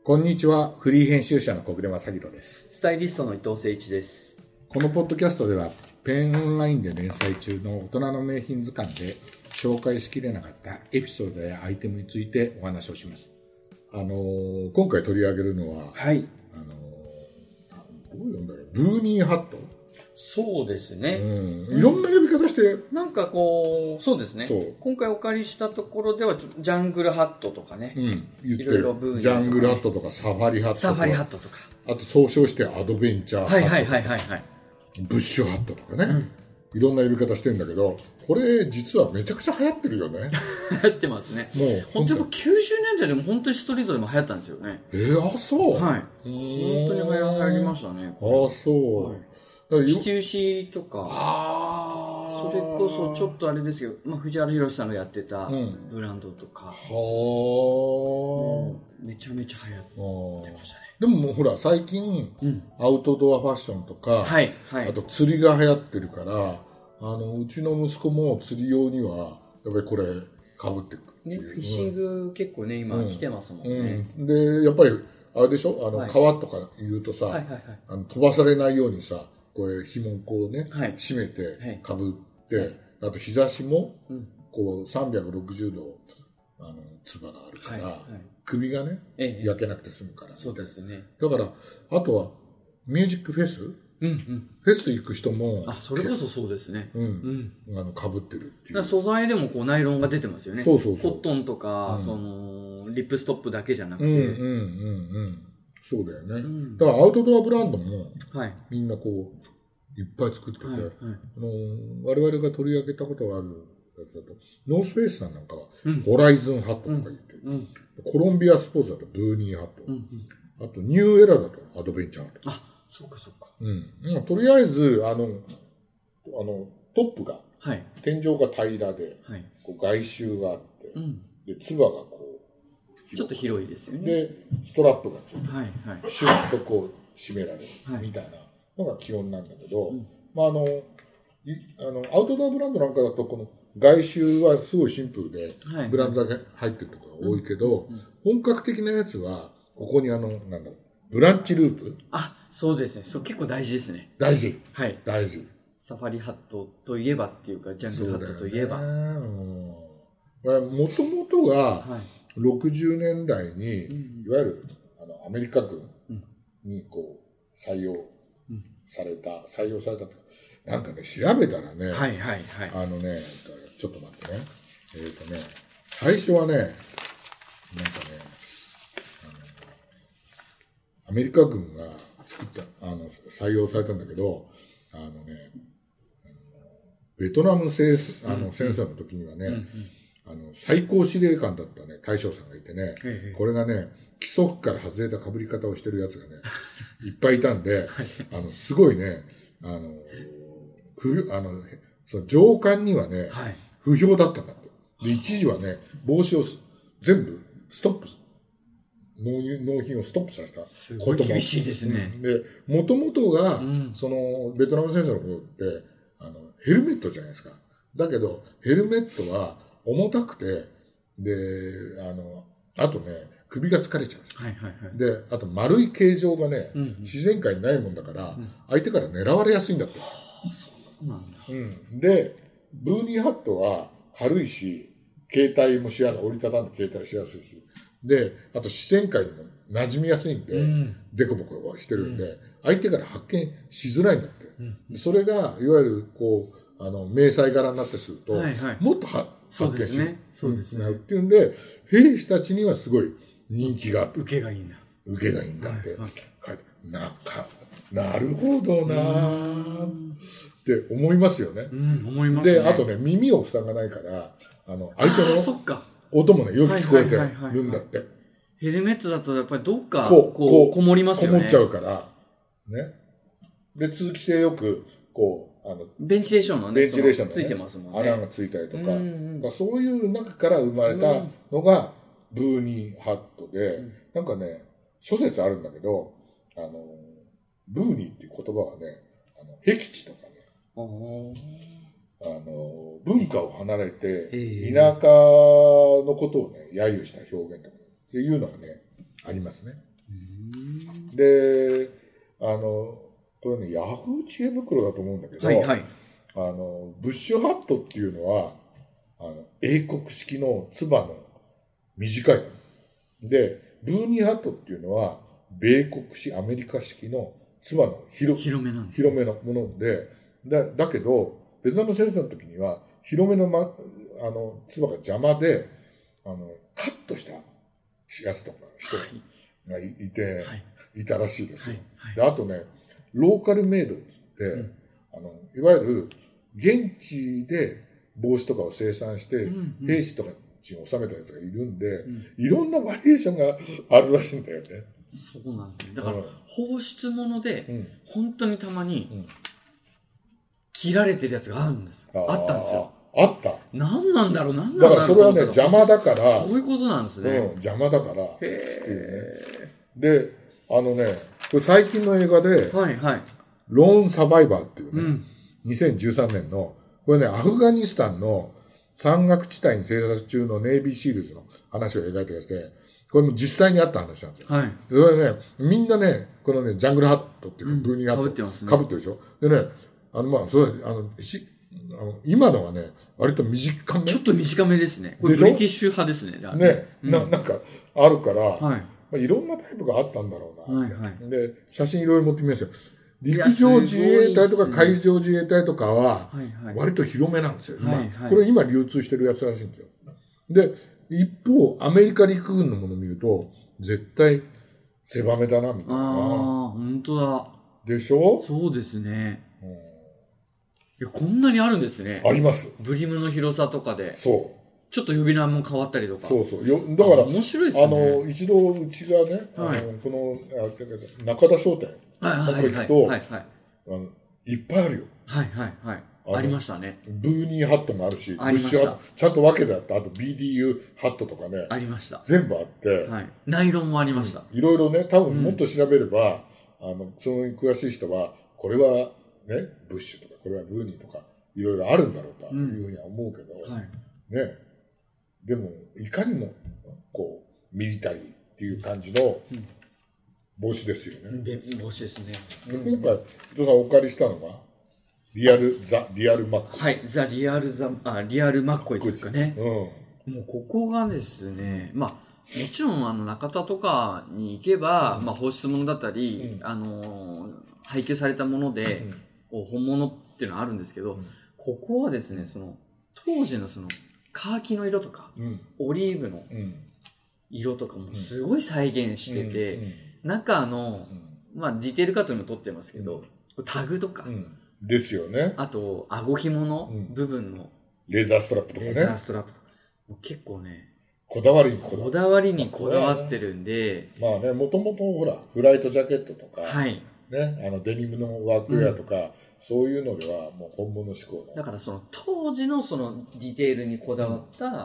こんにちは。フリー編集者の小暮正弘です。 スタイリストの伊藤誠一です。 このポッドキャストでは、ペンオンラインで連載中の大人の名品図鑑で紹介しきれなかったエピソードやアイテムについてお話をします。今回取り上げるのは、 はい。 どういうんだろう、ブーニーハット。 そうですね。 いろんな呼び方して、 なんかこう、そうですね。 そう。 今回お借りしたところでは、ジャングルハットとかね。 言っていろいろブーニーとかねジャングルハットとかサファリハットとか。 サファリハットとか。 あと総称してアドベンチャーハットとか。 はい。 ブッシュハットとかね。いろんな呼び方してるんだけど、これ実はめちゃくちゃ流行ってるよね。 流行ってますね。 もう本当に90年代でも本当にストリートでも流行ったんですよね。 そう。 はい。本当に流行りましたね。 そう。はいシチューシーとか、それこそちょっとあれですよ、藤原宏さんがやってたブランドとか、めちゃめちゃ流行ってましたね。 でももうほら、最近、アウトドアファッションとか、あと釣りが流行ってるから、うちの息子も釣り用には、やっぱりこれ、被っていくっていう。 フィッシング結構ね、今来てますもんね。 で、やっぱり、あれでしょ川とか言うとさ、飛ばされないようにさ、これ紐をこうね、締めて被って、あと日差しもこう360度つばがあるから、首がね、焼けなくて済むから。 そうですね。 だからあとはミュージックフェス、フェス行く人もそれこそそうですね。 被ってるっていう。 素材でもこうナイロンが出てますよね。 そう。 コットンとか、リップストップだけじゃなくて。 そうだよね。だからアウトドアブランドも、みんなこう、いっぱい作ってて、我々が取り上げたことがあるやつだと、ノースフェイスさんなんかは、ホライズンハットとか言ってる。コロンビアスポーツだとブーニーハット。あとニューエラだとアドベンチャーハット。 そうか。 とりあえず、トップが、天井が平らで、こう外周があって、で、つばがこう、 ちょっと広いですよね。 で、ストラップがついて、シュッとこう締められるみたいなのが基本なんだけど、アウトドアブランドなんかだと、この外周はすごいシンプルで、ブランドだけ入ってるところが多いけど、本格的なやつは、ここにブランチループ。 そうですね。結構大事ですね。 大事。 大事。サファリハットといえばっていうか、ジャングルハットといえば。 もともとが、60年代に、いわゆるアメリカ軍にこう採用されたとなんかね、調べたらね、ちょっと待ってね。最初はね、なんかね、アメリカ軍が作った、採用されたんだけど、ベトナム戦争の時にはね、最高司令官だったね、大将さんがいてね、これがね、規則から外れた被り方をしてるやつがね、いっぱいいたんで、すごいね、その上官にはね、不評だったんだって。で、一時はね、帽子を全部ストップ、納品をストップさせたことも。 すごい厳しいですね。 で、もともとが、その、ベトナム戦争の頃って、ヘルメットじゃないですか。だけど、ヘルメットは重たくて、で、あとね、首が疲れちゃう。で、あと丸い形状がね、自然界にないもんだから、相手から狙われやすいんだって。 そうなんだ。 で、ブーニーハットは軽いし、携帯もしやすい、折りたたんで携帯しやすいし、で、あと自然界にも馴染みやすいんで、デコボコしてるんで、相手から発見しづらいんだって。それが、いわゆる、こう、迷彩柄になってすると、もっと発見しなるっていうんで、兵士たちにはすごい人気があって。 受けがいいんだ。 受けがいいんだって書いて、なるほどなーって思いますよね。 思いますね。 で、あとね、耳を塞がないから、相手の音もね、よく聞こえてるんだって。 ヘルメットだとやっぱりどっか、こもりますよね。 こもっちゃうから、ね。で、通気性よく、こう、 ベンチレーションのね、ついてますもんね。 穴がついたりとか、そういう中から生まれたのが、ブーニーハットで、なんかね、諸説あるんだけど、ブーニーっていう言葉はね、僻地とかね、文化を離れて、田舎のことをね、揶揄した表現とかっていうのがね、ありますね。 で、これね、ヤフー知恵袋だと思うんだけど、 はいはい。 ブッシュハットっていうのは、英国式のつばの短い。で、ブーニーハットっていうのは、米国式、アメリカ式のつばの広めのもので、だけど、ベトナム戦争の時には、広めのつばが邪魔で、カットしたやつとか人がいたらしいですよ。で、あとね、ローカルメイドっつって、いわゆる現地で帽子とかを生産して、兵士とかに収めたやつがいるんで、いろんなバリエーションがあるらしいんだよね。 そうなんですね。だから、放出物で、本当にたまに、切られてるやつがあるんです。あったんですよ。 あった。 何なんだろう、 だからそれはね、邪魔だから。 そういうことなんですね。 邪魔だから。で、これ最近の映画で、ローンサバイバーっていうね、2013年の、これね、アフガニスタンの山岳地帯に生活中のネイビーシールズの話を描いてやつで、これも実際にあった話なんですよ。それね、みんなね、このね、ジャングルハットっていうか、ブーニーハット。 被ってますね。 被ってるでしょ。でね、今のはね、割と短め。 ちょっと短めですね。これブリティッシュ派ですね。 なんか、あるから、いろんなタイプがあったんだろうな。で、写真いろいろ持ってきますよ。陸上自衛隊とか海上自衛隊とかは、割と広めなんですよ。これ今流通してるやつらしいんですよ。で、一方、アメリカ陸軍のものを見ると、絶対狭めだな、みたいな。 本当だ。 でしょ？ そうですね。いや、こんなにあるんですね。 あります。 ブリムの広さとかで。 そう。 ちょっと呼び名も変わったりとか。 だから、 面白いですね。 一度、うちがね、この、中田商店、行くと、いっぱいあるよ。 ありましたね。 ブーニーハットもあるし、ブッシュハット、ちゃんと分けてあった。あと BDU ハットとかね。 ありました。 全部あって。 ナイロンもありました。 いろいろね、多分もっと調べれば、その詳しい人は、これはね、ブッシュとか、これはブーニーとか、いろいろあるんだろうというふうには思うけど、ね。でも、いかにも、こう、ミリタリーっていう感じの帽子ですよね。 帽子ですね。 今回、伊藤さんお借りしたのが、リアルマッコイ。 はい、リアルマッコイですかね。もうここがですね、もちろん中田とかに行けば、放出物だったり、配給されたもので、本物っていうのはあるんですけど、ここはですね、当時のカーキの色とか、オリーブの色とかもすごい再現してて、中の、ディテールカットにも撮ってますけど、タグとか、 ですよね。 あと、顎紐の部分の、 レーザーストラップとかね。 レーザーストラップとか。結構ね、 こだわりにこだわってるんで。 もともとほら、フライトジャケットとか、ね、デニムのワークウェアとか、そういうのではもう本物志向の。 だから当時のディテールにこだわった、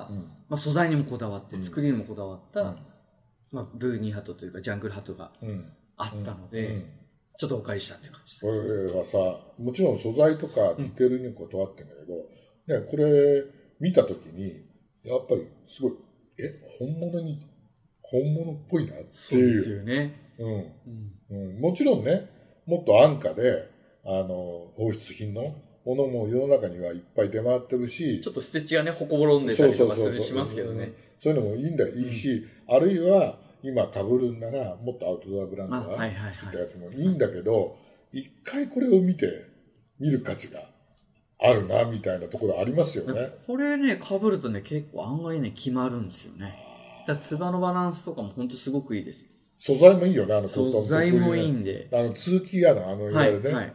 素材にもこだわって、作りにもこだわった、ブーニーハットというかジャングルハットがあったので、ちょっとお借りしたっていう感じです。 これはさ、もちろん素材とかディテールにこだわってるんだけど、ね、これ見たときに、やっぱりすごい、本物っぽいなっていう。 そうですよね。 もちろんね、もっと安価で、放出品のものも世の中にはいっぱい出回ってるし、 ちょっとステッチがね、ほこぼろんでたりとかしますけどね。 そういうのもいいし、あるいは今被るんなら、もっとアウトドアブランドが作ったやつもいいんだけど、一回これを見る価値があるな、みたいなところありますよね。 これね、被るとね、結構案外ね、決まるんですよね。だから、つばのバランスとかも本当すごくいいです。 素材もいいよね、 素材もいいんで。 通気屋のいわゆるね、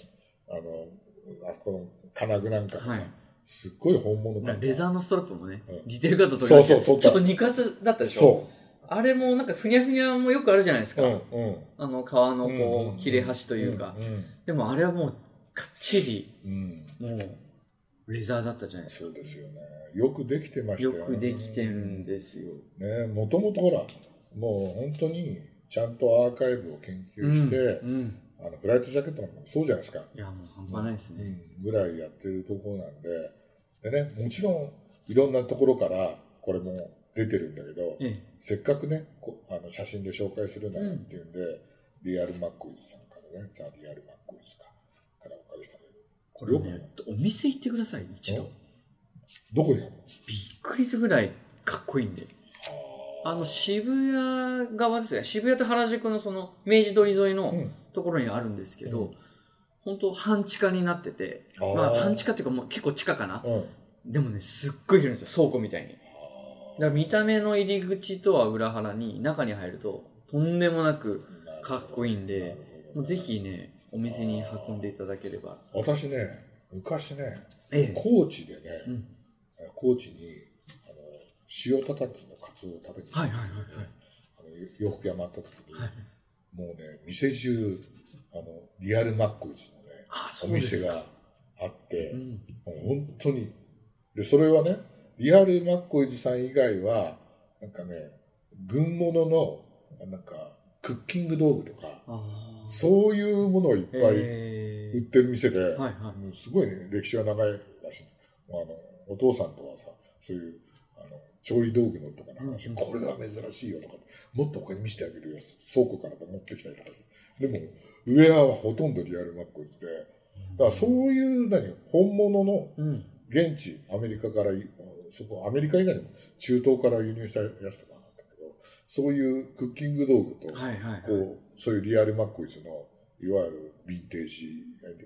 この金具なんかもさ、すっごい本物感。 レザーのストラップもね、ディテールカット取りました。ちょっと肉厚だったでしょ。あれもなんかふにゃふにゃもよくあるじゃないですか。革のこう、切れ端というか。でもあれはもう、かっちり、もう、レザーだったじゃないですか。 そうですよね。よくできてましたよね。 よくできてるんですよ。 ね、もともとほら、もう本当にちゃんとアーカイブを研究して、フライトジャケットなんかもそうじゃないですか。 いや、もう半端ないですね。 ぐらいやってるところなんで、でね、もちろんいろんなところからこれも出てるんだけど、せっかくね、写真で紹介するならっていうんで、リアルマックイズさんからね、ザ・リアルマックイズからお借りしたんだけど。 これね、お店行ってください、一度。 どこにあるの？ びっくりするぐらいかっこいいんで。渋谷側ですね。渋谷と原宿のその明治通り沿いのところにあるんですけど、本当半地下になってて、まあ半地下っていうかもう結構地下かな。でもね、すっごい広いんですよ、倉庫みたいに。だから見た目の入り口とは裏腹に中に入るととんでもなくかっこいいんで、もうぜひね、お店に運んでいただければ。 私ね、昔ね、高知でね、高知に塩叩きのカツオを食べに行って洋服屋回った時に、もうね、店中リアルマックイズのね、お店があって、もう本当にで、それはね、リアルマックイズさん以外はなんかね、軍物のなんかクッキング道具とかそういうものをいっぱい売ってる店で、すごいね、歴史が長いらしい。お父さんとはさ、そういう調理道具のとかの話、これは珍しいよとか、もっと他に見せてあげるよ、倉庫から持ってきたりとかして。でも、ウェアはほとんどリアルマックイズで、だからそういう本物の現地、アメリカから、アメリカ以外にも中東から輸入したやつとかなんだけど、そういうクッキング道具と、そういうリアルマックイズの、いわゆるヴィンテージ、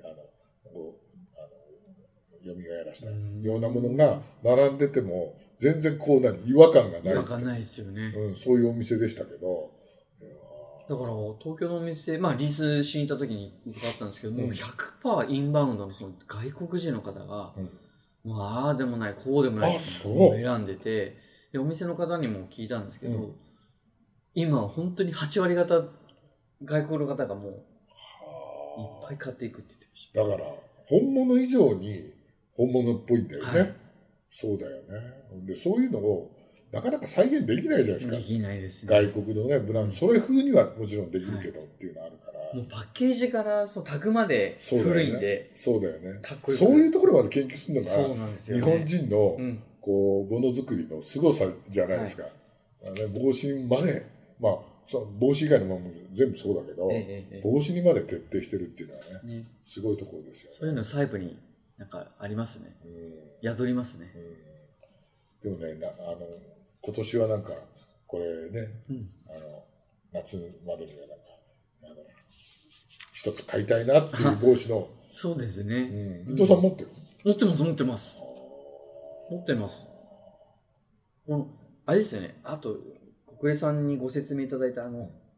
蘇らしたようなものが並んでても、全然違和感がない。 違和感ないですよね。 そういうお店でしたけど。 だから、東京のお店、まあ、リースしに行った時に伺ったんですけど、もう 100% インバウンドのその外国人の方が、ああでもない、こうでもないを選んでて、で、お店の方にも聞いたんですけど、今は本当に8割方、外国の方がもう、いっぱい買っていくって言ってました。 だから、本物以上に本物っぽいんだよね。そうだよね。で、そういうのを、なかなか再現できないじゃないですか。 できないですね。外国のね、ブランド。それ風にはもちろんできるけどっていうのあるから。 もうパッケージからタグまで古いんで。 そうだよね。 かっこいい。 そういうところまで研究するのが、 そうなんですよね。 日本人の、ものづくりの凄さじゃないですか。帽子まで、まあ、帽子以外のものも全部そうだけど、帽子にまで徹底してるっていうのはね、すごいところですよね。 そういうの細部になんかありますね。宿りますね。 でもね、今年はなんか、これね、夏までにはなんか、一つ買いたいなっていう帽子の。 そうですね。 伊藤さん持ってる？ 持ってます、持ってます。持ってます。あれですよね。あと、国連さんにご説明いただいた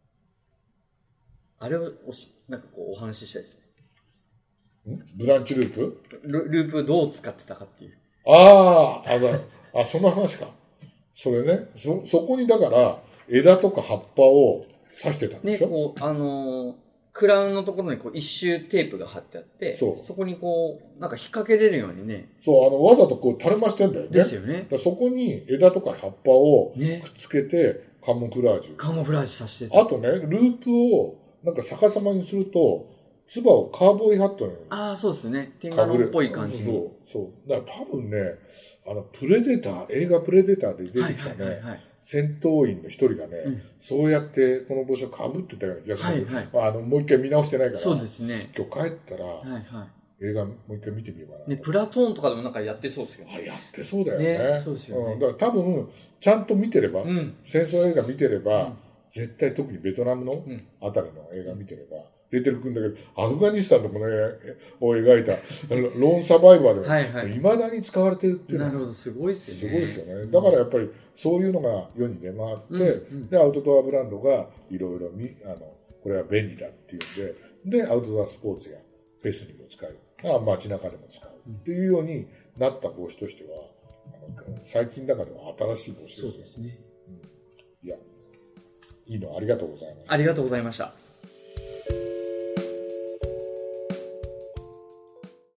あれをなんかお話ししたいですね。ブランチループ？ ループどう使ってたかっていう。 その話か。それね、そこにだから、枝とか葉っぱを刺してたんでしょ？ ね、クラウンのところに一周テープが貼ってあって、そこになんか引っ掛けれるようにね。 そう、わざと垂れましてんだよね。 ですよね。 そこに枝とか葉っぱをくっつけて、カモフラージュ。 カモフラージュさせてた。 あとね、ループをなんか逆さまにすると、つばをカーボーイハットに。 そうですね。テンガロンっぽい感じに。そう。だから多分ね、プレデター、映画プレデターで出てきたね、戦闘員の一人がね、そうやってこの帽子をかぶってたような気がする。もう一回見直してないから。 そうですね。 今日帰ったら、映画もう一回見てみようかな。 ね、プラトーンとかでもなんかやってそうですよね。 やってそうだよね。 そうですよね。 だから多分、ちゃんと見てれば、戦争映画見てれば、絶対特にベトナムのあたりの映画見てれば、出てくるんだけど、アフガニスタンのこのを描いたローンサバイバーでも、未だに使われてるっていうのは。 なるほど、すごいですよね。 すごいですよね。だからやっぱり、そういうのが世に出回って、で、アウトドアブランドがいろいろこれは便利だっていうんで、アウトドアスポーツやフェスにも使う。街中でも使う。っていうようになった帽子としては、最近の中では新しい帽子です。 そうですね。 いや、いいのありがとうございました。 ありがとうございました。